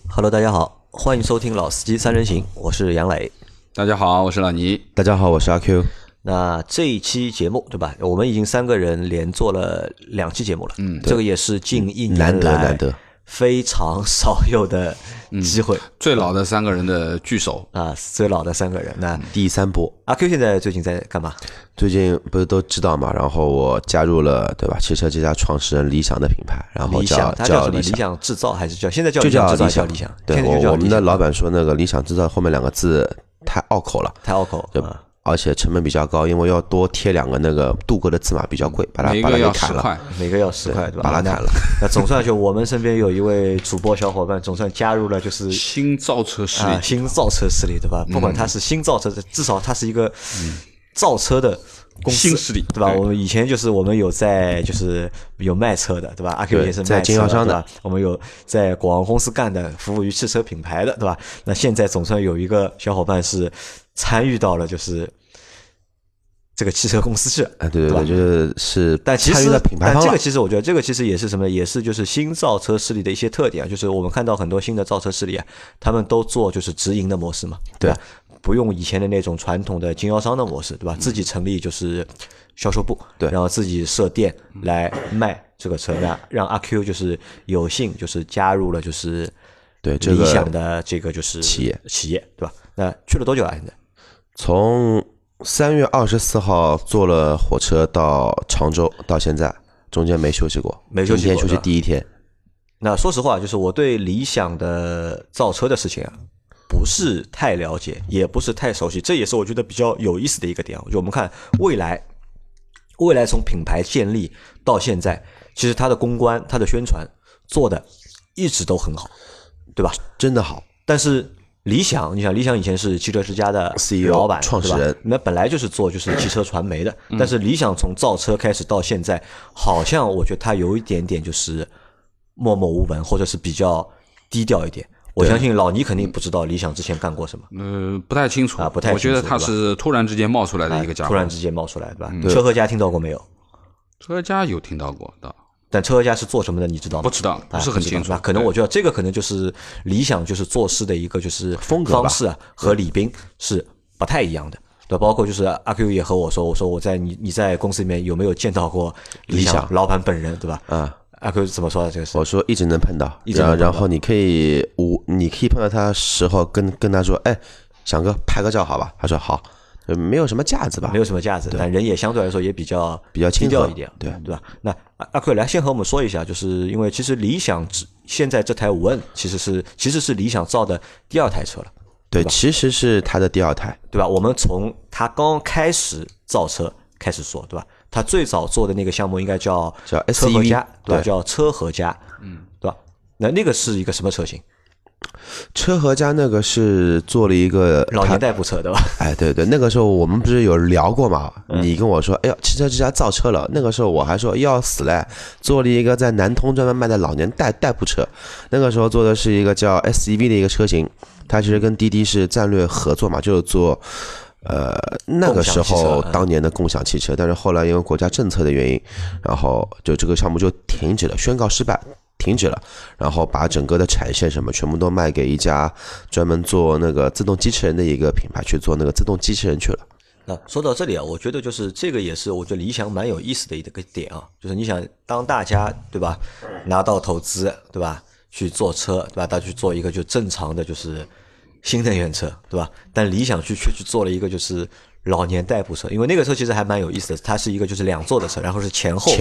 Hello，大家好，欢迎收听老司机三人行，我是杨磊。 大家好，我是老倪。 大家好，我是阿 Q。 那这一期节目对吧？我们已经三个人连做了2期节目了，这个也是近1年来难得非常少有的机会。 最老的3个人的聚首啊，最老的3个人。那第3波， 阿 Q 现在最近在干嘛？ 最近不是都知道嘛？然后我加入了对吧？汽车之家创始人理想的品牌，然后叫什么？理想制造还是叫现在叫理想制造？ 叫理想。 对，我们的老板说那个理想制造后面2个字太拗口了， 太拗口。 而且成本比较高，因为要多贴2个那个镀铬的字码比较贵，把它给砍了， 每个要10块，对吧？ 把它砍了。 那总算就我们身边有一位主播小伙伴，总算加入了就是新造车势力， 新造车势力，对吧？不管他是新造车，至少他是一个造车的公司新势力， 对吧？我们以前就是我们有在就是有卖车的，对吧？阿 Q 也是卖经销商的， 我们有在广告公司干的，服务于汽车品牌的，对吧？那现在总算有一个小伙伴是参与到了就是这个汽车公司去， 对，就是但其实参与到品牌方了。 但这个其实我觉得这个其实也是什么？也是就是新造车势力的一些特点啊，就是我们看到很多新的造车势力啊，他们都做就是直营的模式嘛，对吧？不用以前的那种传统的经销商的模式，对吧？自己成立就是销售部， 对， 然后自己设店来卖这个车，那让阿 Q 就是有幸就是加入了就是对理想的这个就是企业，对吧？那去了多久啊？现在从3月24号坐了火车到常州，到现在中间没休息过，今天休息第1天。 那说实话，就是我对理想的造车的事情啊，不是太了解，也不是太熟悉，这也是我觉得比较有意思的一个点。就我们看未来从品牌建立到现在，其实它的公关、它的宣传做的一直都很好，对吧？ 真的好， 但是理想，你想理想以前是汽车之家的 CEO 老板创始人， 那本来就是做就是汽车传媒的，但是理想从造车开始到现在，好像我觉得他有一点点就是默默无闻，或者是比较低调一点。我相信老倪肯定不知道理想之前干过什么， 不太清楚啊，不太清楚。 我觉得他是突然之间冒出来的一个家伙， 突然之间冒出来，对吧？车和家听到过没有？ 车家有听到过的。 但车和家是做什么的，你知道吗？ 不知道，不是很清楚。 可能我觉得这个可能就是理想就是做事的一个就是风格方式啊，和李斌是不太一样的。对，包括就是阿 Q 也和我说，我在你在公司里面有没有见到过理想老板本人，对吧？阿 Q 怎么说的这个事？ 我说一直能碰到，然后你可以碰到他的时候跟他说，哎，翔哥拍个照好吧？他说好。没有什么架子吧， 没有什么架子，但人也相对来说也比较低调一点， 对吧？那阿 Q 来先和我们说一下，就是因为其实理想现在这台5N其实是理想造的第2台车了， 对，其实是他的第2台， 对吧？我们从他刚开始造车开始说，对吧？他最早做的那个项目应该叫车和家，对吧？叫车和家，对吧？那个是一个什么车型？ 车和家那个是做了一个老年代步车，对吧？ 哎，对，那个时候我们不是有聊过嘛？你跟我说，哎呦，汽车之家造车了。那个时候我还说要死嘞，做了一个在南通专门卖的老年代步车。那个时候做的是一个叫 SEV 的一个车型，它其实跟滴滴是战略合作嘛，就是做那个时候当年的共享汽车。但是后来因为国家政策的原因，然后就这个项目就停止了，宣告失败。停止了，然后把整个的产线什么全部都卖给一家专门做那个自动机器人的一个品牌去做那个自动机器人去了。 那说到这里啊，我觉得就是这个也是我觉得理想蛮有意思的一个点啊，就是你想当大家对吧拿到投资对吧去做车对吧，大家去做一个就正常的就是新能源车对吧，但理想却去做了一个就是老年代步车，因为那个车其实还蛮有意思的，它是一个就是2座的车，然后是前后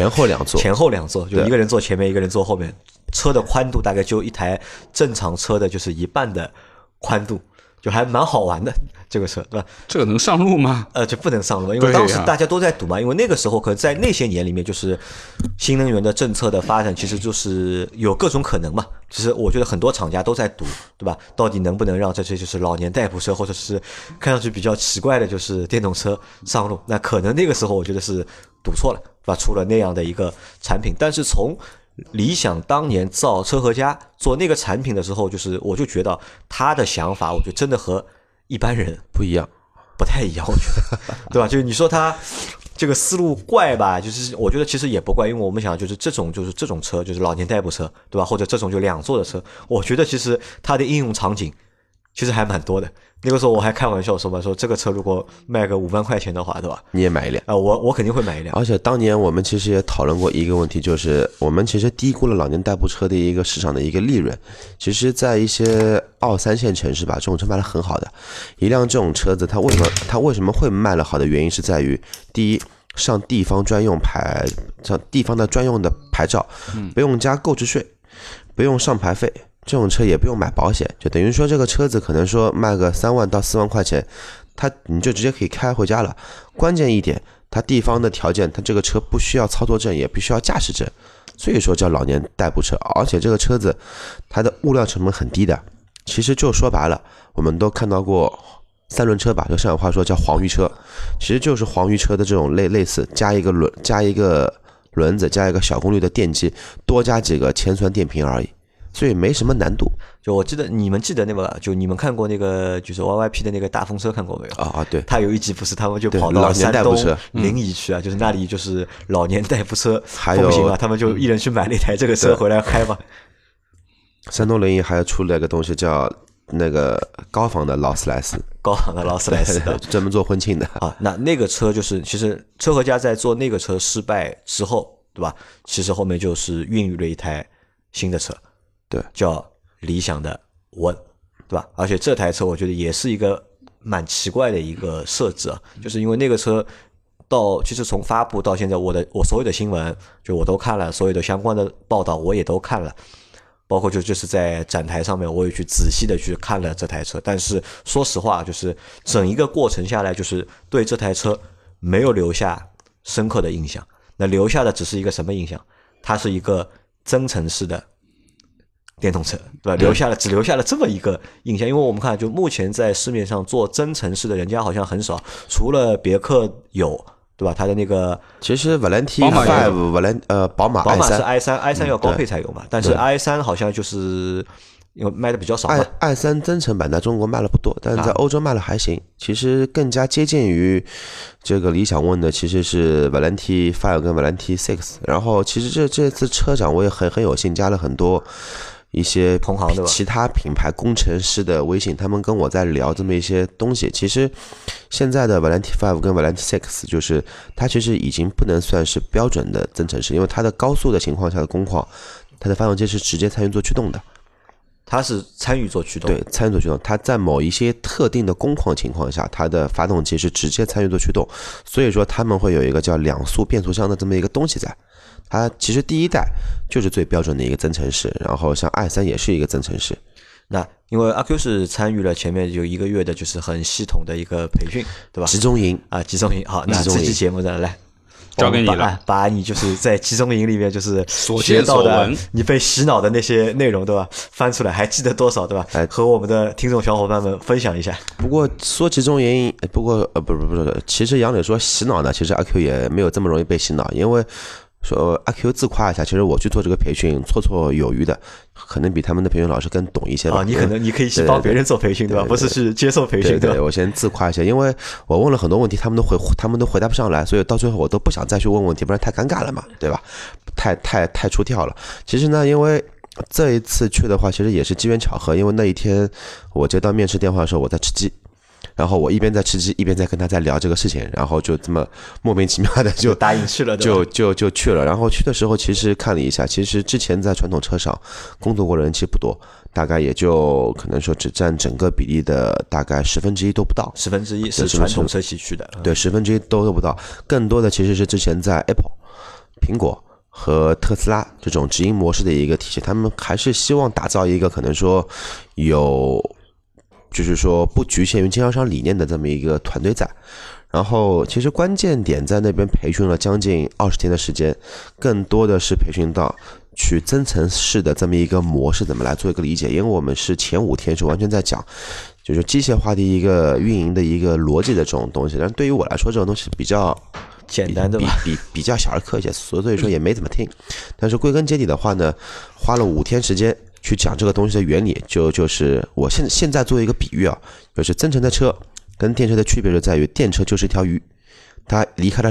2座，就一个人坐前面，一个人坐后面，车的宽度大概就一台正常车的就是1半的宽度，就还蛮好玩的这个车，对吧？ 这个能上路吗？ 就不能上路，因为当时大家都在赌嘛，因为那个时候可能在那些年里面，就是新能源的政策的发展，其实就是有各种可能嘛。其实我觉得很多厂家都在赌，对吧？到底能不能让这些就是老年代步车，或者是看上去比较奇怪的，就是电动车上路？那可能那个时候我觉得是赌错了，对吧？出了那样的一个产品，但是从理想当年造车和家做那个产品的时候，我就觉得他的想法，我觉得真的和一般人不一样， 不太一样，我觉得，对吧？就是你说他这个思路怪吧？就是我觉得其实也不怪，因为我们想就是这种车，就是老年代步车，对吧？或者这种就2座的车，我觉得其实它的应用场景其实还蛮多的。那个时候我还开玩笑说嘛，说这个车如果卖个5万块钱的话，对吧？ 你也买一辆我肯定会买一辆。 而且当年我们其实也讨论过一个问题，就是我们其实低估了老年代步车的一个市场的一个利润。其实，在一些2、3线城市吧，这种车卖得很好的。一辆这种车子，它为什么会卖得好的原因是在于，第一，上地方的专用的牌照，不用加购置税，不用上牌费。这种车也不用买保险，就等于说这个车子可能说卖个3万到4万块钱，你就直接可以开回家了。关键一点，它地方的条件，它这个车不需要操作证，也不需要驾驶证，所以说叫老年代步车。而且这个车子它的物料成本很低的，其实就说白了，我们都看到过3轮车吧，就上海话说叫黄鱼车，其实就是黄鱼车的这种类似，加一个轮子，加一个小功率的电机，多加几个铅酸电瓶而已。所以没什么难度。 就我记得你们那个，就你们看过那个就是 YYP 的那个大风车看过没有？ 对， 他有一集不是他们就跑到山东临沂去啊，就是那里就是老年代步车风行啊，他们就一人去买了一台这个车回来开嘛。 山东临沂还出了一个东西叫那个高仿的劳斯莱斯，专门做婚庆的啊。那个车就是其实车和家在做那个车失败之后，对吧？其实后面就是孕育了一台新的车。 对， 叫理想的 ONE， 对吧？而且这台车我觉得也是一个蛮奇怪的一个设置啊，就是因为那个车其实从发布到现在，我所有的新闻就我都看了，所有的相关的报道我也都看了，包括就是在展台上面我也去仔细的去看了这台车，但是说实话，就是整一个过程下来，就是对这台车没有留下深刻的印象。那留下的只是一个什么印象？它是一个增程式的电动车，对吧？只留下了这么一个印象，因为我们看，就目前在市面上做增程式的人家好像很少，除了别克有，对吧？它的那个其实 Valentino 5，宝马是 i3 要高配才有嘛，但是 i3 好像就是因为卖的比较少嘛。 i3 增程版在中国卖了不多，但是在欧洲卖了还行。其实更加接近于这个理想 ONE 的其实是 Valentino 5跟 Valentino 6，然后其实这次车展我也很有幸加了很多一些同行的其他品牌工程师的微信，他们跟我在聊这么一些东西。其实现在的 Valentino 5跟 Valentino 6，就是它其实已经不能算是标准的增程式，因为它的高速的情况下的工况，它的发动机是直接参与做驱动的。 它是参与做驱动， 对，参与做驱动。它在某一些特定的工况情况下，它的发动机是直接参与做驱动，所以说他们会有一个叫2速变速箱的这么一个东西在。它其实第一代就是最标准的一个增程式，然后像 i3 也是一个增程式。 那因为阿 Q 是参与了前面有1个月的，就是很系统的一个培训，对吧？ 集中营啊，集中营。好，那这期节目呢，来交给你了， 把你就是在集中营里面就是所学到的见所闻， 你被洗脑的那些内容，对吧？翻出来还记得多少，对吧？和我们的听众小伙伴们分享一下。 不过说集中营，不是，其实杨磊说洗脑呢，其实阿 Q 也没有这么容易被洗脑，因为说阿 Q 自夸一下，其实我去做这个培训绰绰有余的，可能比他们的培训老师更懂一些吧。 你可以去帮别人做培训，对吧？不是去接受培训， 对吧？我先自夸一下，因为我问了很多问题，他们都回答不上来，所以到最后我都不想再去问问题，不然太尴尬了嘛，对吧？太出跳了。其实呢，因为这一次去的话，其实也是机缘巧合，因为那一天我接到面试电话的时候，我在吃鸡。然后我一边在吃鸡，一边在跟他在聊这个事情，然后就这么莫名其妙的就答应去了， 就去了。然后去的时候，其实看了一下，其实之前在传统车上工作过的人其实不多，大概也就可能说只占整个比例的大概1/10都不到 ，1/10是传统车企去的， 对，1/10都不到。更多的其实是之前在 Apple、苹果和特斯拉这种直营模式的一个体系，他们还是希望打造一个可能说就是说不局限于经销商理念的这么一个团队在。然后其实关键点在那边培训了将近20天的时间，更多的是培训到去增程式的这么一个模式怎么来做一个理解，因为我们是前5天是完全在讲就是机械化的一个运营的一个逻辑的这种东西，但对于我来说这种东西比较简单的吧， 比较小儿科一些，所以说也没怎么听。但是归根结底的话呢，花了5天时间去讲这个东西的原理，就是我现在做一个比喻啊，就是增程的车跟电车的区别就在于，电车就是一条鱼，它离开了水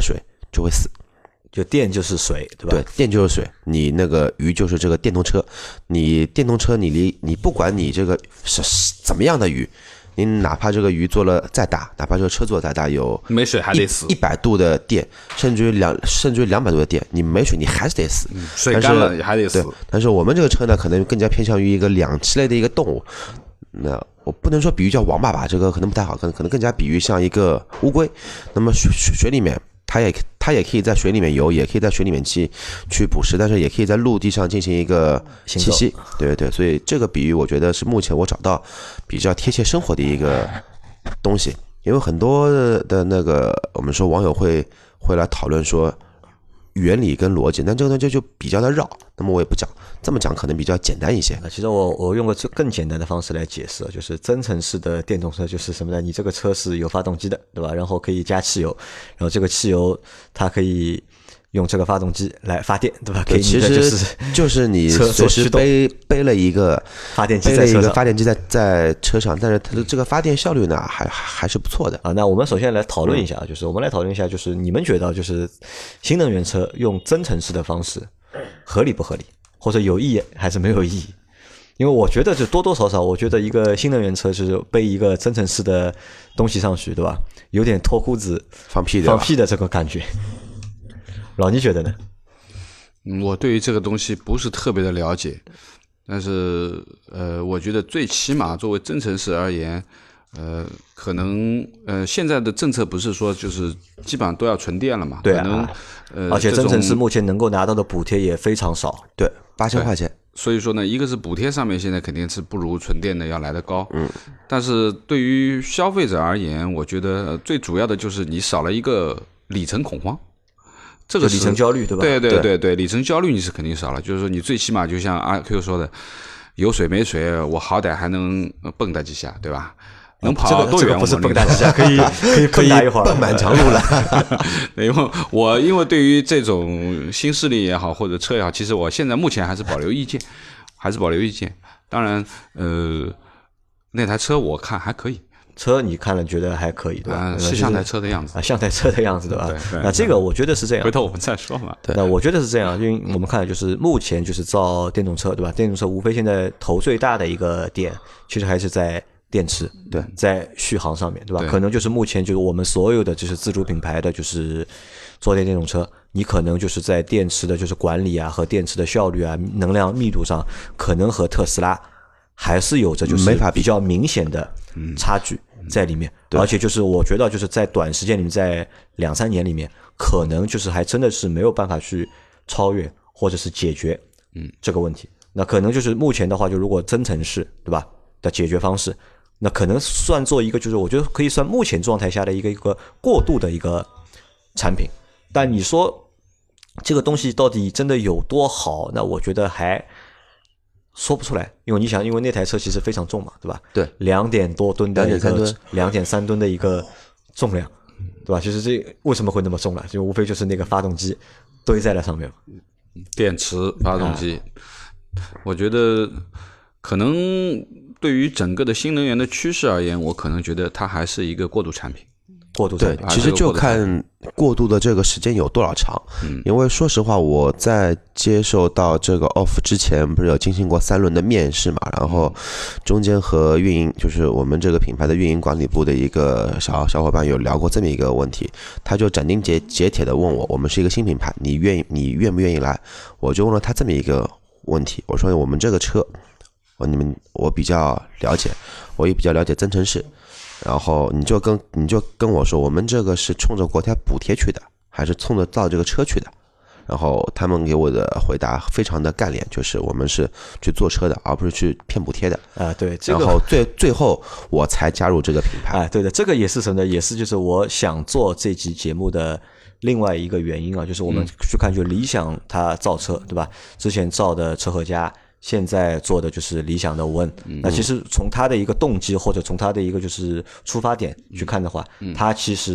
就会死。 就电就是水，对吧？ 对，电就是水，你那个鱼就是这个电动车，你电动车你不管你这个是怎么样的鱼，你哪怕这个鱼做了再大，哪怕这个车做再大，有没水还得死 100度的电，甚至于200度的电，你没水你还是得死， 水干了也还得死。 但是我们这个车呢，可能更加偏向于一个两栖类的一个动物。那我不能说比喻叫王八吧，这个可能不太好，可能更加比喻像一个乌龟。那么水里面。它也可以在水里面游，也可以在水里面去捕食，但是也可以在陆地上进行一个栖息。对对，所以这个比喻我觉得是目前我找到比较贴切生活的一个东西。因为很多的那个我们说网友会来讨论说原理跟逻辑，但这个东西就比较的绕，那么我也不讲，这么讲可能比较简单一些。 其实我用个更简单的方式来解释，就是增程式的电动车就是什么呢？你这个车是有发动机的，对吧？然后可以加汽油，然后这个汽油它可以用这个发动机来发电，对吧？给你的就是你随时背了一个发电机在车上，但是它的这个发电效率呢还是不错的啊。那我们首先来讨论一下，就是你们觉得就是新能源车用增程式的方式合理不合理，或者有意义还是没有意义？因为我觉得就多多少少，我觉得一个新能源车就是背一个增程式的东西上去，对吧？有点脱裤子放屁的这个感觉。老倪觉得呢？ 我对于这个东西不是特别的了解，但是我觉得最起码作为增程式而言，可能现在的政策不是说就是基本上都要纯电了嘛？ 对啊，而且增程式目前能够拿到的补贴也非常少， 对，8000块钱。 所以说呢，一个是补贴上面现在肯定是不如纯电的要来得高，但是对于消费者而言，我觉得最主要的就是你少了一个里程恐慌。这个里程焦虑，对吧？ 对，里程焦虑你是肯定少了。就是说，你最起码就像阿 Q 说的，有水没水，我好歹还能蹦跶几下，对吧？能跑多远？ 不是蹦跶几下，可以蹦跶一会儿， 蹦满长路了。 因为对于这种新势力也好，或者车也好，其实我现在目前还是保留意见，当然，那台车我看还可以。 车你看了觉得还可以，对吧？ 是像台车的样子啊，像台车的样子，对吧？ 对， 那这个我觉得是这样。 回头我们再说嘛。 对，那我觉得是这样，因为我们看就是目前就是造电动车，对吧？电动车无非现在投最大的一个点，其实还是在电池， 对， 在续航上面，对吧？可能就是目前就是我们所有的就是自主品牌的就是做电动车，你可能就是在电池的就是管理啊和电池的效率啊、能量密度上，可能和特斯拉还是有着就是比较明显的差距在里面，而且就是我觉得就是在短时间里面，在2-3年里面，可能就是还真的是没有办法去超越或者是解决这个问题。那可能就是目前的话，就如果增程式，对吧的解决方式，那可能算做一个就是我觉得可以算目前状态下的一个过渡的一个产品。但你说这个东西到底真的有多好，那我觉得还说不出来，因为你想，因为那台车其实非常重嘛，对吧？ 对 ，2点多吨的一个2.3吨的一个重量，对吧？其实这为什么会那么重呢？就无非就是那个发动机堆在了上面， 电池、发动机，我觉得可能对于整个的新能源的趋势而言，我可能觉得它还是一个过渡产品。 对，其实就看过渡的这个时间有多少长。因为说实话，我在接受到这个 off 之前，不是有进行过3轮的面试嘛？然后中间和运营，就是我们这个品牌的运营管理部的一个小伙伴有聊过这么一个问题，他就斩钉截铁的问我们是一个新品牌，你愿不愿意来？我就问了他这么一个问题，我说我们这个车，我比较了解，我也比较了解增程式。然后你就跟我说，我们这个是冲着国家补贴去的，还是冲着造这个车去的？然后他们给我的回答非常的干练，就是我们是去做车的，而不是去骗补贴的啊。对， 然后最后我才加入这个品牌。 对的，这个也是什么呢？也是就是我想做这期节目的另外一个原因啊，就是我们去看就理想它造车，对吧？之前造的车和家。现在做的就是理想的无恩，那其实从他的一个动机或者从他的一个就是出发点去看的话，他其实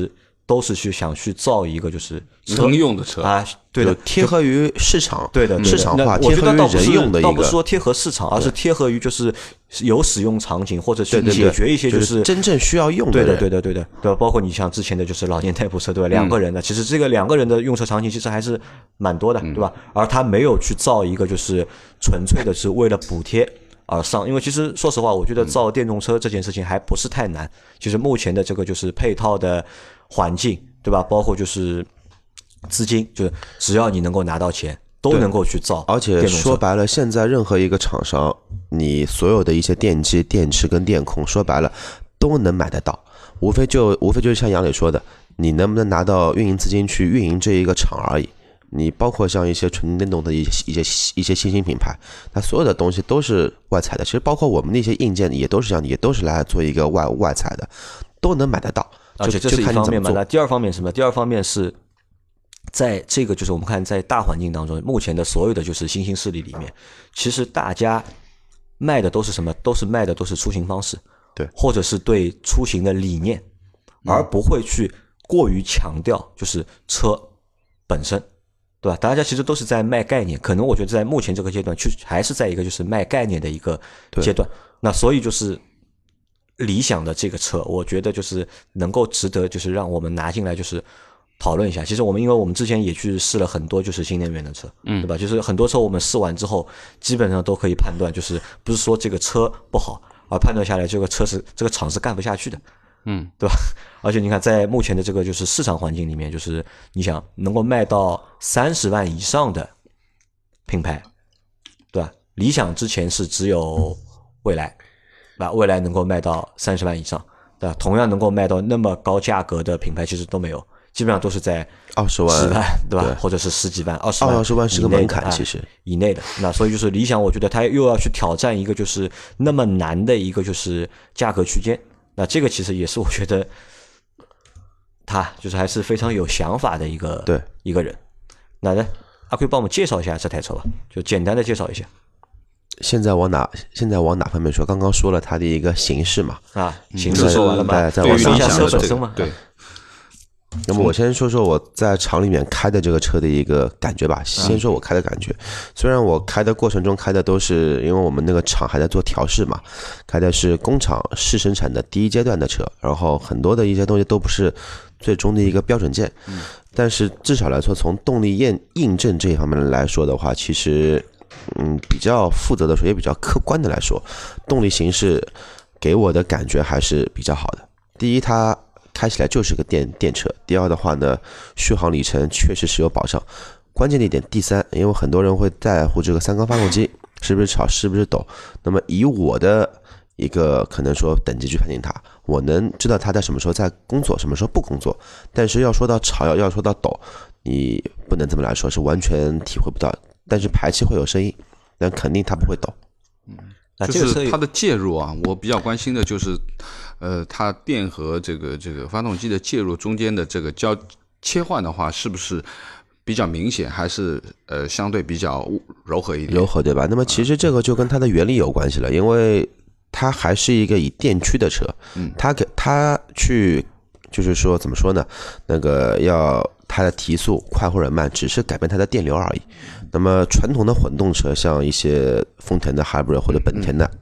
都是想去造一个就是能用的车啊，对的， 贴合于市场， 对的， 市场化， 我觉得贴合于人用的一个， 倒不是说贴合市场，而是贴合于就是有使用场景或者去解决一些就是真正需要用的人。 对的，包括你像之前的就是老年代步车，对吧？两个人的，其实这个两个人的用车场景其实还是蛮多的，对吧？而他没有去造一个就是纯粹的是为了补贴而上，因为其实说实话，我觉得造电动车这件事情还不是太难。其实目前的这个就是配套的环境，对吧？包括就是资金，就是只要你能够拿到钱，都能够去造。 而且说白了，现在任何一个厂商，你所有的一些电机、电池跟电控，说白了都能买得到，无非就是像杨磊说的，你能不能拿到运营资金去运营这一个厂而已。你包括像一些纯电动的一些新兴品牌，它所有的东西都是外采的。其实包括我们那些硬件也都是这样，也都是来做一个外采的，都能买得到。 而且这是一方面嘛，那第二方面是什么？第二方面是在这个就是我们看在大环境当中，目前的所有的就是新兴势力里面，其实大家卖的都是什么？都是卖的都是出行方式， 对， 或者是对出行的理念，而不会去过于强调就是车本身。对吧？大家其实都是在卖概念，可能我觉得在目前这个阶段，还是在一个就是卖概念的一个阶段。那所以就是理想的这个车，我觉得就是能够值得就是让我们拿进来就是讨论一下。其实因为我们之前也去试了很多就是新能源的车，对吧？就是很多车我们试完之后，基本上都可以判断，就是不是说这个车不好，而判断下来这个厂是干不下去的。对吧？而且你看，在目前的这个就是市场环境里面，就是你想能够卖到30万以上的品牌，对吧？理想之前是只有蔚来，对吧？蔚来能够卖到30万以上，对吧？同样能够卖到那么高价格的品牌其实都没有，基本上都是在 20万、 10万，对吧？或者是10几万、20万是个门槛，其实以内的。那所以就是理想，我觉得它又要去挑战一个就是那么难的一个就是价格区间。那这个其实也是我觉得他就是还是非常有想法的一个人。那呢，阿奎帮我们介绍一下这台车吧，就简单的介绍一下。 现在往哪方面说？刚刚说了它的一个形式嘛， 形式说完了嘛， 再往说一下车本身嘛。 对。 那么我先说说我在厂里面开的这个车的一个感觉吧。先说我开的感觉，虽然我开的过程中开的都是因为我们那个厂还在做调试嘛，开的是工厂试生产的第一阶段的车，然后很多的一些东西都不是最终的一个标准件，但是至少来说，从动力印证这一方面来说的话，其实比较负责的说，也比较客观的来说，动力形式给我的感觉还是比较好的。第一，它开起来就是个电车。第二的话呢，续航里程确实是有保障。关键的一点，第三，因为很多人会在乎这个3缸发动机是不是吵，是不是抖。那么以我的一个可能说等级去判定它，我能知道它在什么时候在工作，什么时候不工作。但是要说到吵，要说到抖，你不能这么来说，是完全体会不到。但是排气会有声音，但肯定它不会抖。 就是它的介入啊，我比较关心的就是，它电和这个发动机的介入中间的这个切换的话，是不是比较明显，还是相对比较柔和一点？ 柔和对吧？那么其实这个就跟它的原理有关系了，因为它还是一个以电驱的车，它去就是说怎么说呢？那个要它的提速快或者慢，只是改变它的电流而已。那么传统的混动车，像一些丰田的 Hybrid 或者本田的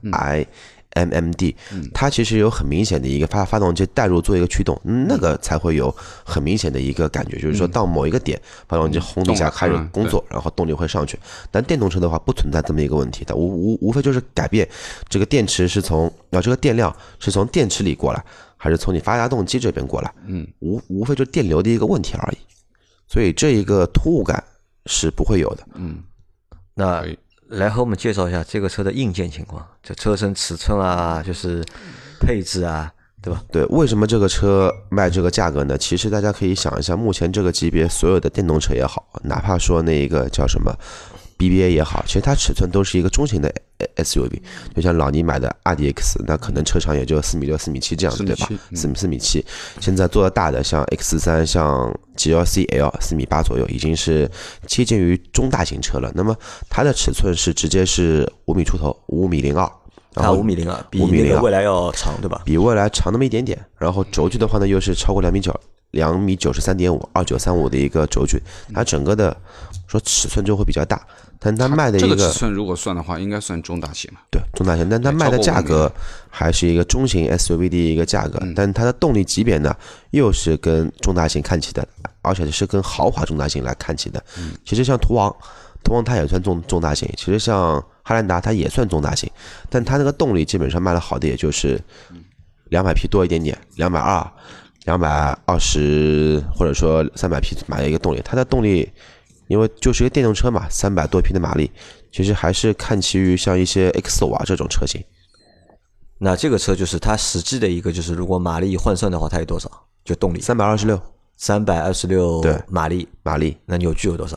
iMMD，它其实有很明显的一个发动机带入做一个驱动，那个才会有很明显的一个感觉，就是说到某一个点，发动机轰一下开始工作，然后动力会上去。但电动车的话不存在这么一个问题的，无非就是改变这个电池是从这个电量是从电池里过来，还是从你发动机这边过来，无非就是电流的一个问题而已。所以这一个突兀感是不会有的。 那来和我们介绍一下这个车的硬件情况，就车身尺寸啊，就是配置啊，对吧？ 对，为什么这个车卖这个价格呢？其实大家可以想一下，目前这个级别所有的电动车也好，哪怕说那个叫什么 BBA 也好，其实它尺寸都是一个中型的 SUV， 就像老倪买的 RDX， 那可能车长也就4.6米、4.7米这样子，对吧？4.7米。现在做的大的，像 X3、像 GLC-L 4.8米左右，已经是接近于中大型车了。那么它的尺寸是直接是5米出头，5.02米。 它5.02米，比那个蔚来要长，对吧？ 比蔚来长那么一点点。然后轴距的话呢，又是超过2.9米。 2.93.5米2935的一个轴距，它整个的说尺寸就会比较大，但它卖的一这个尺寸如果算的话，应该算中大型了。 对，中大型，但它卖的价格还是一个中型 SUV 的一个价格，但它的动力级别呢，又是跟中大型看齐的，而且是跟豪华中大型来看齐的。其实像途昂它也算中大型，其实像汉兰达它也算中大型，但它那个动力基本上卖的好的也就是200匹多一点点，220、220或者说300匹马力一个动力，它的动力因为就是一个电动车嘛，300多匹的马力，其实还是看齐于像一些 X5这种车型。 那这个车就是它实际的一个，就是如果马力换算的话，它有多少？就动力326 对马力，那扭矩有多少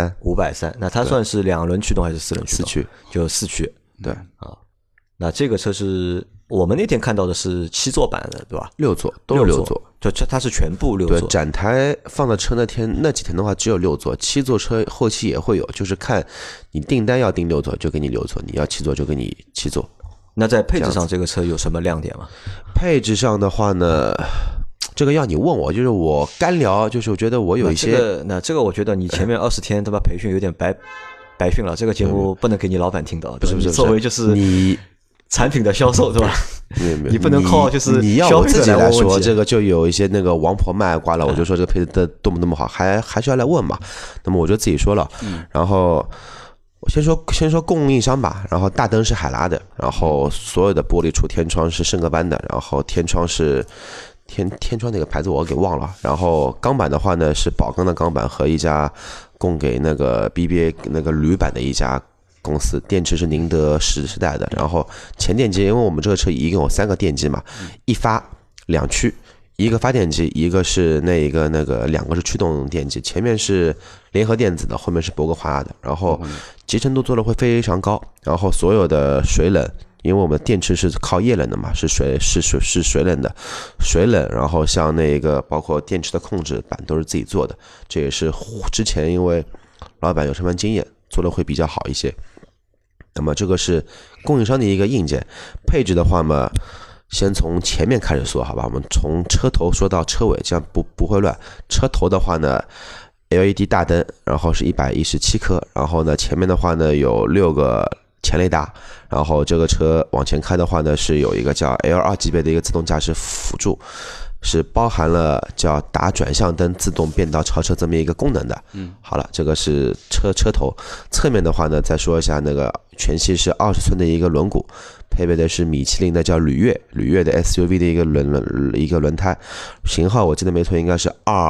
？530。那它算是2轮驱动还是4轮驱动？ 四驱， 就4驱。 对啊，那这个车是我们那天看到的是7座版的，对吧 ？6座，都是6座。 就它是全部6座。 对，展台放的车那几天的话只有6座，7座车后期也会有，就是看你订单要订6座就给你6座，你要7座就给你7座。 那在配置上这个车有什么亮点吗？ 配置上的话呢，这个要你问我，就是我干聊，就是我觉得我有一些那这个我觉得你前面20天对吧培训有点白训了，这个节目不能给你老板听到， 不是作为就是你产品的销售对吧？你不能靠就是你要我自己来说，这个个就有一些那个王婆卖瓜了，我就说这个配置的多么多么好，还是要来问嘛。那么我就自己说了，然后我先说供应商吧，然后大灯是海拉的，然后所有的玻璃除天窗是圣格班的，然后天窗是天窗那个牌子我给忘了，然后钢板的话呢是宝钢的钢板和一家供给那个 BBA 那个铝板的一家公司，电池是宁德时代的，然后前电机因为我们这个车一共有3个电机嘛，一发2驱，一个发电机，一个是那个2个是驱动电机，前面是联合电子的，后面是博格华纳的，然后集成度做的会非常高，然后所有的水冷，因为我们的电池是靠液冷的嘛，是水冷的，水冷，然后像那个包括电池的控制板都是自己做的，这也是之前因为老板有这番经验，做的会比较好一些。那么这个是供应商的一个硬件，配置的话嘛，先从前面开始说好吧，我们从车头说到车尾，这样不会乱。车头的话呢 ，LED 大灯，然后是117颗，然后呢前面的话呢有6个前雷达，然后这个车往前开的话呢是有一个叫 L2 级别的一个自动驾驶辅助，是包含了叫打转向灯自动变道超车这么一个功能的。好了，这个是车头。侧面的话呢，再说一下那个全系是20寸的一个轮毂，配备的是米其林的叫履约的 SUV 的一个轮胎，型号我记得没错，应该是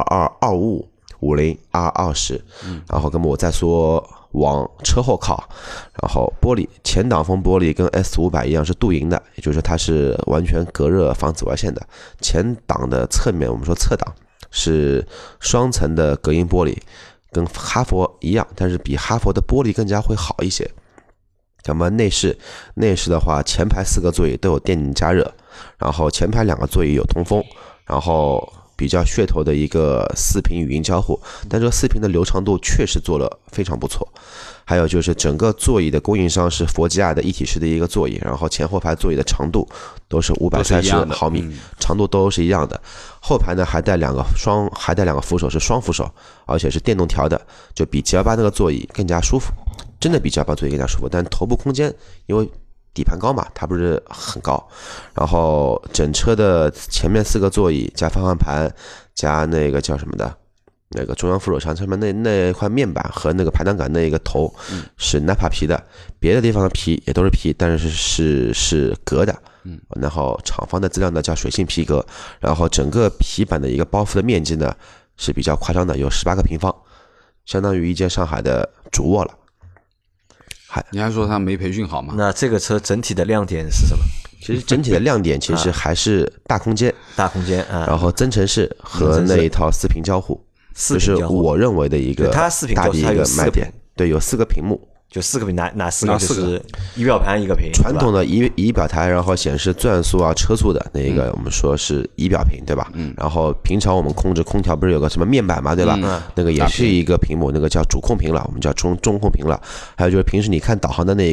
222550R20。然后跟我再说往车后靠，然后玻璃前挡风玻璃跟 S500 一样是镀银的，也就是它是完全隔热防紫外线的。前挡的侧面，我们说侧挡是双层的隔音玻璃，跟哈佛一样，但是比哈佛的玻璃更加会好一些。那么内饰的话，前排4个座椅都有电加热，然后前排2个座椅有通风，然后比较噱头的一个4频语音交互，但这个4频的流畅度确实做了非常不错。还有就是整个座椅的供应商是佛吉亚的一体式的一个座椅，然后前后排座椅的长度都是530毫米，长度都是一样的。后排呢还带两个扶手，是双扶手，而且是电动调的，就比 G28 那个座椅更加舒服，真的比 G28 座椅更加舒服。但头部空间因为底盘高嘛，它不是很高，然后整车的前面4个座椅加方向盘加那个叫什么的，那个中央扶手上面那块面板和那个排挡杆那个头是 Nappa 皮的，别的地方的皮也都是皮，但是是革的。然后厂方的资料呢叫水性皮革，然后整个皮板的一个包覆的面积呢是比较夸张的，有18个平方，相当于一间上海的主卧了。 你还说它没培训好吗？ 那这个车整体的亮点是什么？ 其实整体的亮点其实还是大空间啊，然后增程式和那一套4屏交互，这是我认为的一个大的一个卖点。对，有4个屏幕， 就4个屏，哪4个？就是仪表盘一个屏， 传统的仪表台，然后显示转速啊、车速的那个，我们说是仪表屏，对吧？然后平常我们控制空调不是有个什么面板嘛，对吧？那个也是一个屏幕，那个叫主控屏了，我们叫中控屏了。还有就是平时你看导航的那一个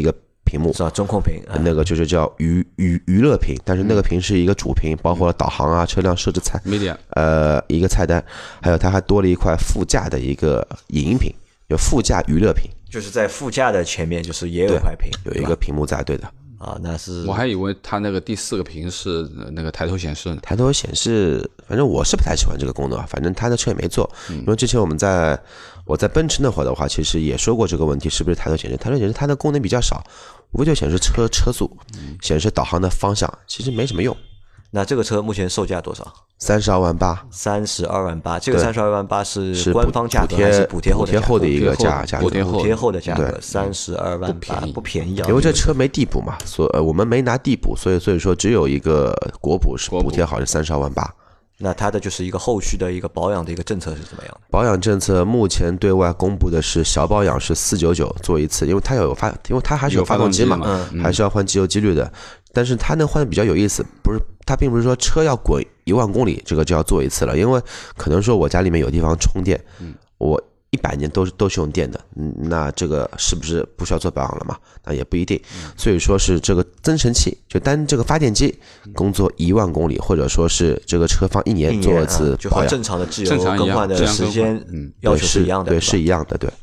屏幕， 是吧？中控屏， 那个就是叫娱乐屏，但是那个屏是一个主屏，包括了导航啊、车辆设置 media 一个菜单，还有它还多了一块副驾的一个影音屏，有副驾娱乐屏， 就是在副驾的前面就是也有块屏， 有一个屏幕在，对的。 啊，那是我还以为它那个第4个屏是那个抬头显示呢。 抬头显示，反正我是不太喜欢这个功能，反正他的车也没做。因为之前我在奔驰那会儿的话，其实也说过这个问题，是不是抬头显示？抬头显示它的功能比较少，无非就显示车速，显示导航的方向，其实没什么用。 那这个车目前售价多少 ？32万8， 32万8。这个32万8是官方价格还是补贴后的一个价格？ 补贴后的价格32万8，不便宜啊。 因为这车没地补嘛，我们没拿地补，所以说只有一个国补是补贴好是32万8。 那它的就是一个后续的一个保养的一个政策是怎么样的？ 保养政策目前对外公布的是小保养是499做一次，因为它还是有发动机嘛，还是要换机油机滤的。但是它能换的比较有意思，不是它并不是说车要滚1万公里这个就要做一次了，因为可能说我家里面有地方充电，我100年都是用电的，那这个是不是不需要做保养了嘛？那也不一定。所以说是这个增程器，就单这个发电机工作1万公里，或者说是这个车放1年做一次就保养， 和正常的机油更换的时间要求是一样的， 对，是一样的，对。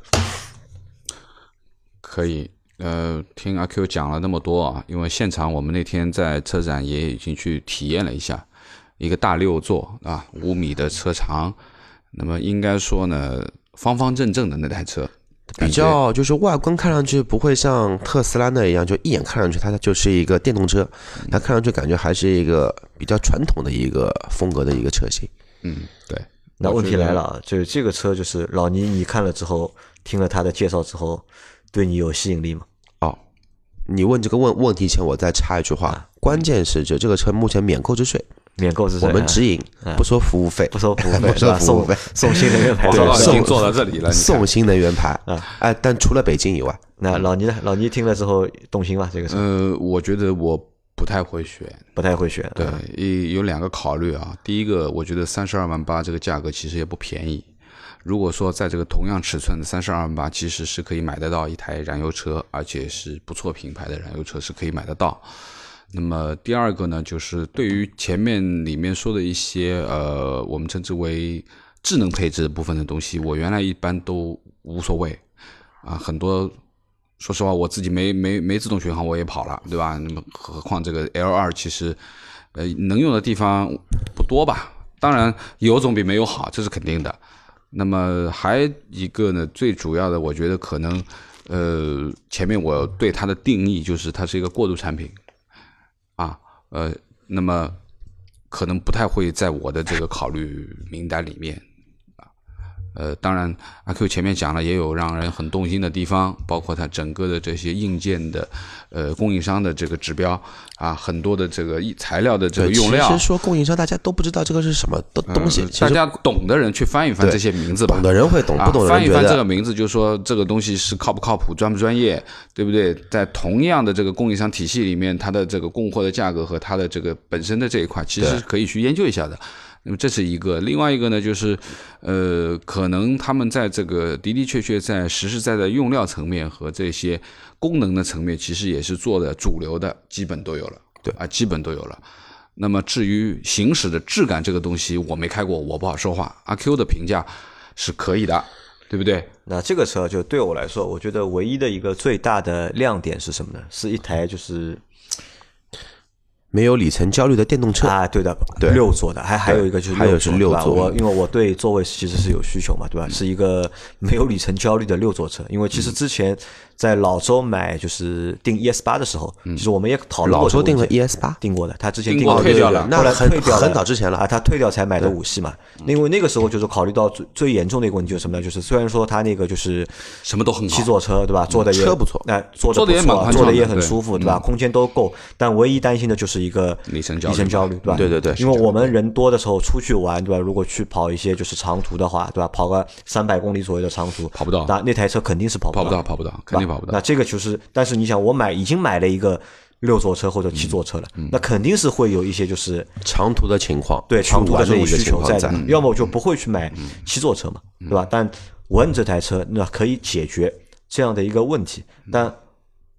可以。听阿 Q 讲了那么多啊，因为现场我们那天在车展也已经去体验了一下，一个大6座啊，5米的车长，那么应该说呢，方方正正的那台车， 比较就是外观看上去不会像特斯拉那一样，就一眼看上去它就是一个电动车，它看上去感觉还是一个比较传统的一个风格的一个车型。 对。 那问题来了啊，就是这个车就是老倪，你看了之后，听了他的介绍之后，对你有吸引力吗？ 你问这个问题前，我再插一句话，关键是这个车目前免购置税， 我们直营，不收服务费， 不收服务费，送新能源牌， 已经做到这里了， 送新能源牌但除了北京以外， 那老倪呢？老倪听了之后动心吗？这个车？ 我觉得我不太会选。对，有2个考虑啊。第一个，我觉得32万8这个价格其实也不便宜。如果说在这个同样尺寸的32万8，其实是可以买得到一台燃油车，而且是不错品牌的燃油车是可以买得到。那么第二个呢，就是对于前面里面说的一些我们称之为智能配置的部分的东西，我原来一般都无所谓啊，很多说实话我自己没自动巡航我也跑了，对吧？那么何况这个 L2 其实能用的地方不多吧，当然有总比没有好，这是肯定的。那么还一个呢，最主要的我觉得可能前面我对它的定义就是它是一个过渡产品啊，那么可能不太会在我的这个考虑名单里面当然阿 Q 前面讲了也有让人很动心的地方，包括它整个的这些硬件的供应商的这个指标啊，很多的这个材料的这个用料。 其实说供应商大家都不知道这个是什么东西， 大家懂的人去翻一翻这些名字吧， 懂的人会懂，不懂的人翻一翻这个名字就说这个东西是靠不靠谱，专不专业，对不对？在同样的这个供应商体系里面，它的这个供货的价格和它的这个本身的这一块其实可以去研究一下的。那么这是一个，另外一个呢，就是可能他们在这个的确在实实在在用料层面和这些功能的层面，其实也是做的主流的，基本都有了，对啊，基本都有了。那么至于行驶的质感这个东西，我没开过，我不好说话。阿 Q 的评价是可以的，对不对？ 那这个车就对我来说，我觉得唯一的一个最大的亮点是什么呢？是一台就是没有里程焦虑的电动车啊，对的，对，6座的，还有一个就是 6座， 因为我对座位其实是有需求嘛，对吧？是一个没有里程焦虑的6座车，因为其实之前在老周买就是订 ES8 的时候，其实我们也讨论过。 老周订了 ES8， 订过的，他之前订过退掉了， 后来退掉了， 很早之前了啊，他退掉才买的5系嘛。因为那个时候就是考虑到最严重的一个问题就是什么呢？就是虽然说他那个就是什么都很好， 七座车对吧？坐的也车不错， 坐的也蛮宽敞，坐的也很舒服，对吧？空间都够，但唯一担心的就是一个里程焦虑，对吧？ 对， 因为我们人多的时候出去玩，对吧？如果去跑一些就是长途的话，对吧？跑个300公里左右的长途， 跑不到， 那台车肯定是跑不到， 肯定跑不到。 那这个就是，但是你想，我已经买了一个6座车或者7座车了，那肯定是会有一些就是长途的情况， 对长途的这种需求在的， 要么我就不会去买7座车嘛，对吧？但问这台车那可以解决这样的一个问题，但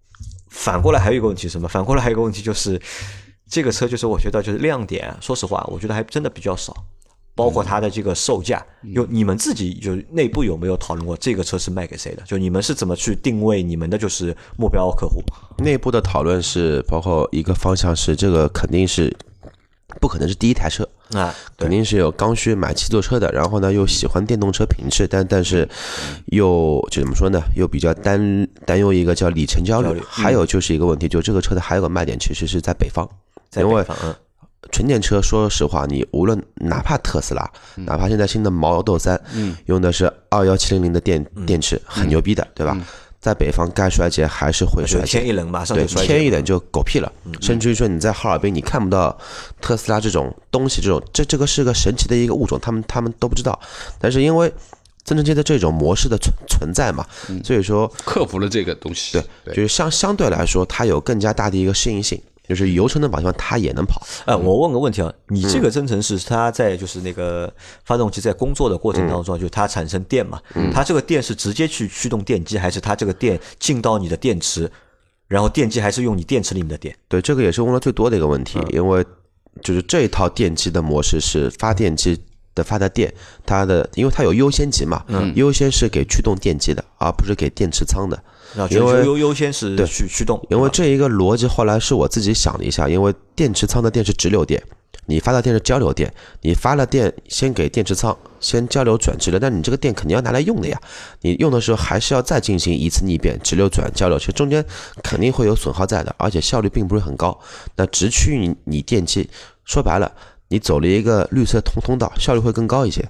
反过来还有一个问题是什么？反过来还有一个问题就是这个车就是我觉得就是亮点，说实话，我觉得还真的比较少。包括它的这个售价，你们自己就内部有没有讨论过这个车是卖给谁的？就你们是怎么去定位你们的就是目标客户？ 内部的讨论是包括一个方向是这个肯定是不可能是第一台车啊， 肯定是有刚需买七座车的，然后呢又喜欢电动车品质，但是又就怎么说呢？又比较担忧一个叫里程焦虑，还有就是一个问题，就这个车的还有个卖点其实是在北方，因为纯电车，说实话，你无论哪怕特斯拉，哪怕现在新的毛豆3，用的是21700的电池，很牛逼的，对吧？在北方该衰竭还是会衰竭， 天一冷马上对， 就衰竭， 天一冷就狗屁了。甚至于说你在哈尔滨你看不到特斯拉这种东西，这个是个神奇的一个物种，他们都不知道。但是因为增程器的这种模式的存在嘛，所以说克服了这个东西。 对，就是相对来说，它有更加大的一个适应性。就是油车能跑地方，它也能跑。 我问个问题啊，你这个增程式它在就是那个发动机在工作的过程当中，就是它产生电嘛，它这个电是直接去驱动电机，还是它这个电进到你的电池，然后电机还是用你电池里面的电？ 对，这个也是问了最多的一个问题，因为就是这一套电机的模式是发电机的发的电，因为它有优先级嘛，优先是给驱动电机的，而不是给电池仓的。 因为优先是去驱动， 因为这一个逻辑后来是我自己想了一下，因为电池仓的电是直流电，你发的电是交流电，你发了电先给电池仓，先交流转直流，但你这个电肯定要拿来用的呀，你用的时候还是要再进行一次逆变，直流转交流，其实中间肯定会有损耗在的，而且效率并不是很高。那直驱你电机，说白了，你走了一个绿色通道，效率会更高一些。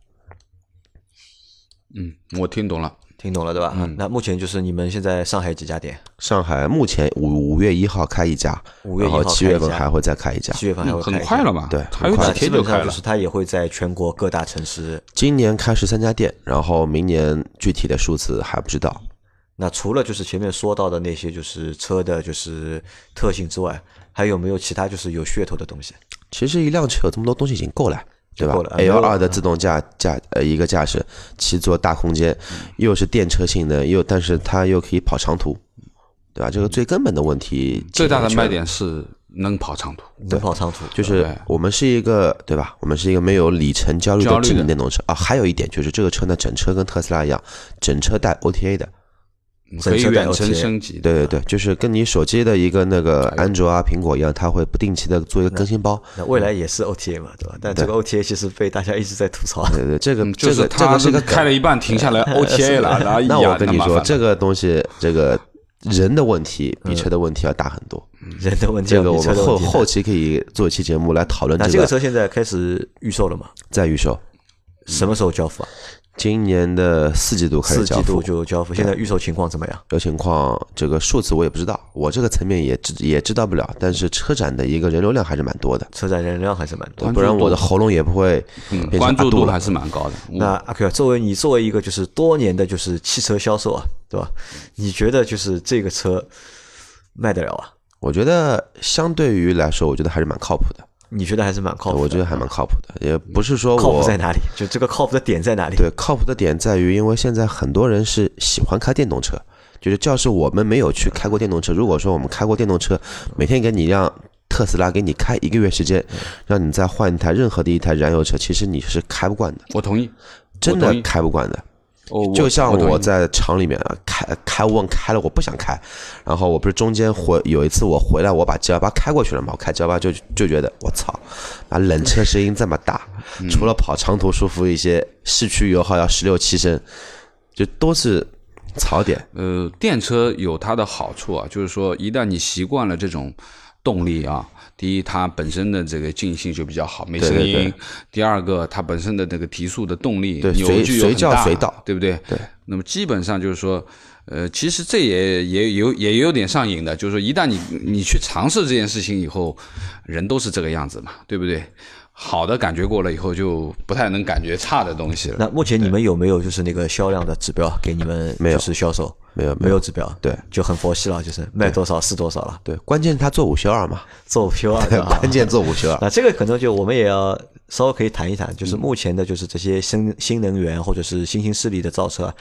我听懂了。 听懂了对吧？那目前就是你们现在上海几家店？ 上海目前5月1号开一家 ，5月1号然后7月份还会再开一家 ，7月份还会开一家， 很快了嘛？ 对， 还有几天就开了。 就是它也会在全国各大城市。 今年开13家店，然后明年具体的数字还不知道。 那除了就是前面说到的那些就是车的就是特性之外，还有没有其他就是有噱头的东西？ 其实一辆车有这么多东西已经够了。对吧 ？L2 的自动一个驾驶，7座大空间，又是电车性能，但是它又可以跑长途，对吧？这个最根本的问题， 最大的卖点是能跑长途， 能跑长途， 就是我们是一个对吧？我们是一个没有里程焦虑的智能电动车啊。还有一点就是这个车呢，整车跟特斯拉一样，整车带 OTA 的。 可以远程升级， 对，就是跟你手机的一个那个安卓啊、苹果一样，它会不定期的做一个更新包。 那未来也是 OTA 嘛，对吧？但这个 OTA 其实被大家一直在吐槽。 对，这个就是它是开了一半停下来 OTA 了，然后那我跟你说，这个东西，这个人的问题比车的问题要大很多。 人的问题， 这个我们后期可以做一期节目来讨论。 那这个车现在开始预售了吗？ 在预售， 什么时候交付啊？ 今年的4季度开始交付，4 季度就交付。现在预售情况怎么样？ 有情况，这个数字我也不知道，我这个层面也知道不了。但是车展的一个人流量还是蛮多的， 车展人流量还是蛮多的， 不然我的喉咙也不会关注度还是蛮高的。 嗯那阿 Q，作为一个就是多年的就是汽车销售啊，对吧？你觉得就是这个车卖得了啊？ 我觉得相对于来说，我觉得还是蛮靠谱的。 你觉得还是蛮靠谱的？ 我觉得还蛮靠谱的，也不是说靠谱在哪里，就这个靠谱的点在哪里？ 对，靠谱的点在于，因为现在很多人是喜欢开电动车，就是要是我们没有去开过电动车，如果说我们开过电动车，每天给你一辆特斯拉给你开1个月时间，让你再换一台任何的一台燃油车，其实你是开不惯的。 我同意， 真的开不惯的。就像我在厂里面开问开了，我不想开，然后我不是中间有一次我回来，我把G28开过去了嘛，我开G28就觉得我操，啊冷车声音这么大，除了跑长途舒服一些，市区油耗要16、17升，就都是槽点。 电车有它的好处啊，就是说一旦你习惯了这种动力啊。第一，它本身的这个静性就比较好，没声音。对。第二个，它本身的这个提速的动力，扭矩又很大，随叫随到， 对不对？ 对。 那么基本上就是说，其实这也有点上瘾的，就是说一旦你去尝试这件事情以后，人都是这个样子嘛，对不对？好的感觉过了以后，就不太能感觉差的东西了。 那目前你们有没有就是那个销量的指标给你们？就是销售没有指标， 对， 就很佛系了，就是卖多少是多少了。 对，关键他做5休2嘛， 做5休2， 对，关键做5休2。 那这个可能就我们也要稍微可以谈一谈，就是目前的就是这些新能源或者是新兴势力的造车，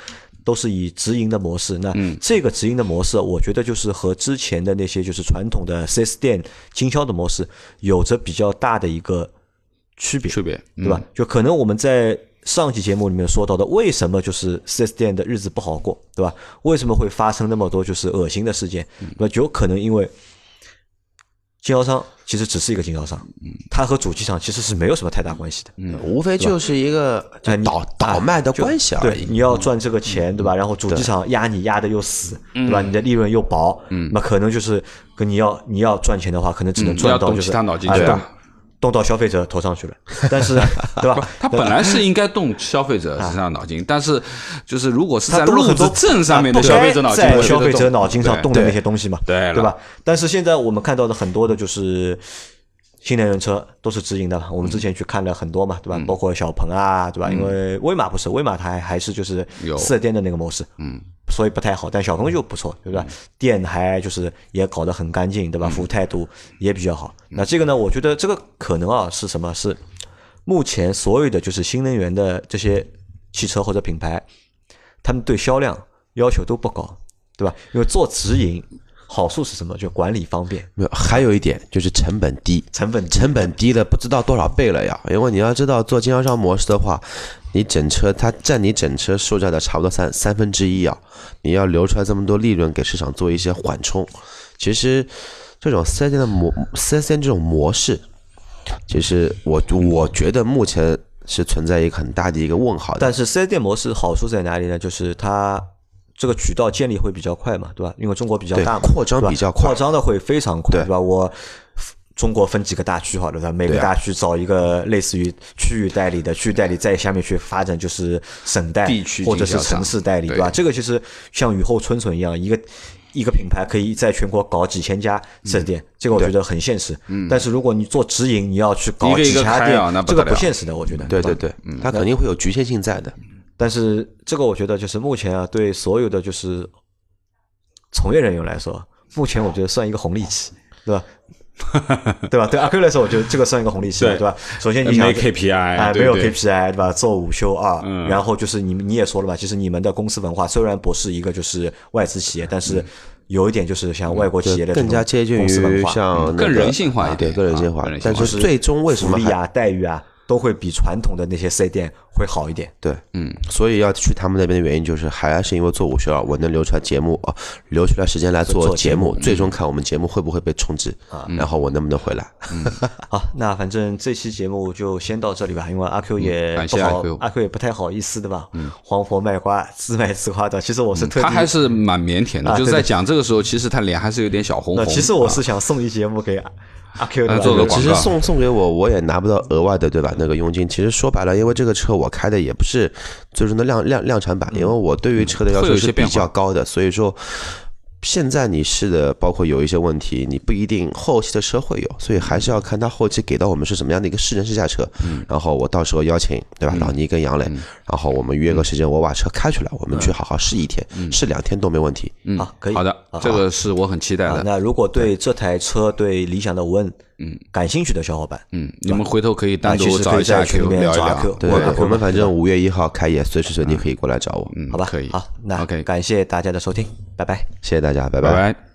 都是以直营的模式。那这个直营的模式，我觉得就是和之前的那些就是传统的 4S 店经销的模式有着比较大的一个区别，对吧？就可能我们在上期节目里面说到的，为什么就是 4S 店的日子不好过，对吧？为什么会发生那么多就是恶心的事件？那有可能因为经销商其实只是一个经销商，他和主机厂其实是没有什么太大关系的， 无非就是一个倒卖的关系而已。 对，你要赚这个钱，对吧？然后主机厂压你压的又死，对吧？你的利润又薄，那可能就是跟你要赚钱的话，可能只能赚到就是动其他脑筋去了。 动到消费者头上去了，但是对吧？ 他本来是应该动消费者身上脑筋，但是就是如果是在路子正上面的消费者脑筋， 在消费者脑筋上动的那些东西嘛， 对吧？但是现在我们看到的很多的就是新能源车都是直营的，我们之前去看了很多嘛，对吧？包括小鹏啊，对吧？因为威马不是，威马它还是就是4S店的那个模式，所以不太好，但小鹏就不错，对吧？店还就是也搞得很干净，对吧？服务态度也比较好。那这个呢，我觉得这个可能啊是什么？是目前所有的就是新能源的这些汽车或者品牌，他们对销量要求都不高，对吧？因为做直营好处是什么？就管理方便。 没有，还有一点就是成本低， 成本低的不知道多少倍了呀。因为你要知道，做经销商模式的话，你整车它占你整车售价的差不多三分之一啊，你要留出来这么多利润给市场做一些缓冲。其实这种4S店这种模式，其实我觉得目前是存在一个很大的一个问号的。 但是4S店模式好处在哪里呢？就是它这个渠道建立会比较快嘛，对吧？因为中国比较大嘛， 扩张比较快， 扩张的会非常快，对吧？我中国分几个大区好了，对吧？每个大区找一个类似于区域代理的，区域代理在下面去发展就是省代地区或者是城市代理，对吧？这个其实像雨后春笋一样，一个品牌可以在全国搞几千家4S店，这个我觉得很现实。但是如果你做直营，你要去搞几家店，这个不现实的，我觉得。 对，它肯定会有局限性在的。 但是这个我觉得就是目前啊，对所有的就是从业人员来说，目前我觉得算一个红利期，对吧？对吧？对阿 Q 来说，我觉得这个算一个红利期，对吧？首先你想没 KPI， 没有 KPI， 对吧？做5休2，然后就是你也说了吧，其实你们的公司文化虽然不是一个就是外资企业，但是有一点就是像外国企业的更加接近于像更人性化一点， 更人性化。但是最终为什么福利啊、待遇啊都会比传统的那些 4S 店会好一点。 对，所以要去他们那边的原因就是还是因为做5休2，我能留出来节目啊，留出来时间来做节目，最终看我们节目会不会被充值然后我能不能回来。 好，那反正这期节目就先到这里吧，因为阿 Q 也不好，阿 Q 也不太好意思，对吧？黄婆卖瓜，自卖自夸的。其实我是特地， 他还是蛮腼腆的，就是在讲这个时候，其实他脸还是有点小红红。 其实我是想送一节目给阿 Q 的， 做个广告。 其实送给我也拿不到额外的，对吧？那个佣金。其实说白了，因为这个车我开的也不是最终的量产版，因为我对于车的要求是比较高的，所以说现在你试的包括有一些问题，你不一定后期的车会有，所以还是要看他后期给到我们是什么样的一个试乘试驾车，然后我到时候邀请，对吧？老倪跟杨磊，然后我们约个时间，我把车开出来，我们去好好试1天，试2天都没问题。 好，可以。 好的，这个是我很期待的。 那如果对这台车对理想的5N感兴趣的小伙伴， 你们回头可以单独找一下 Q 聊一聊。 对，我们反正5月1号开业，随时随地可以过来找我。 好吧， 可以。 好，那感谢大家的收听，拜拜， 谢谢大家，拜拜。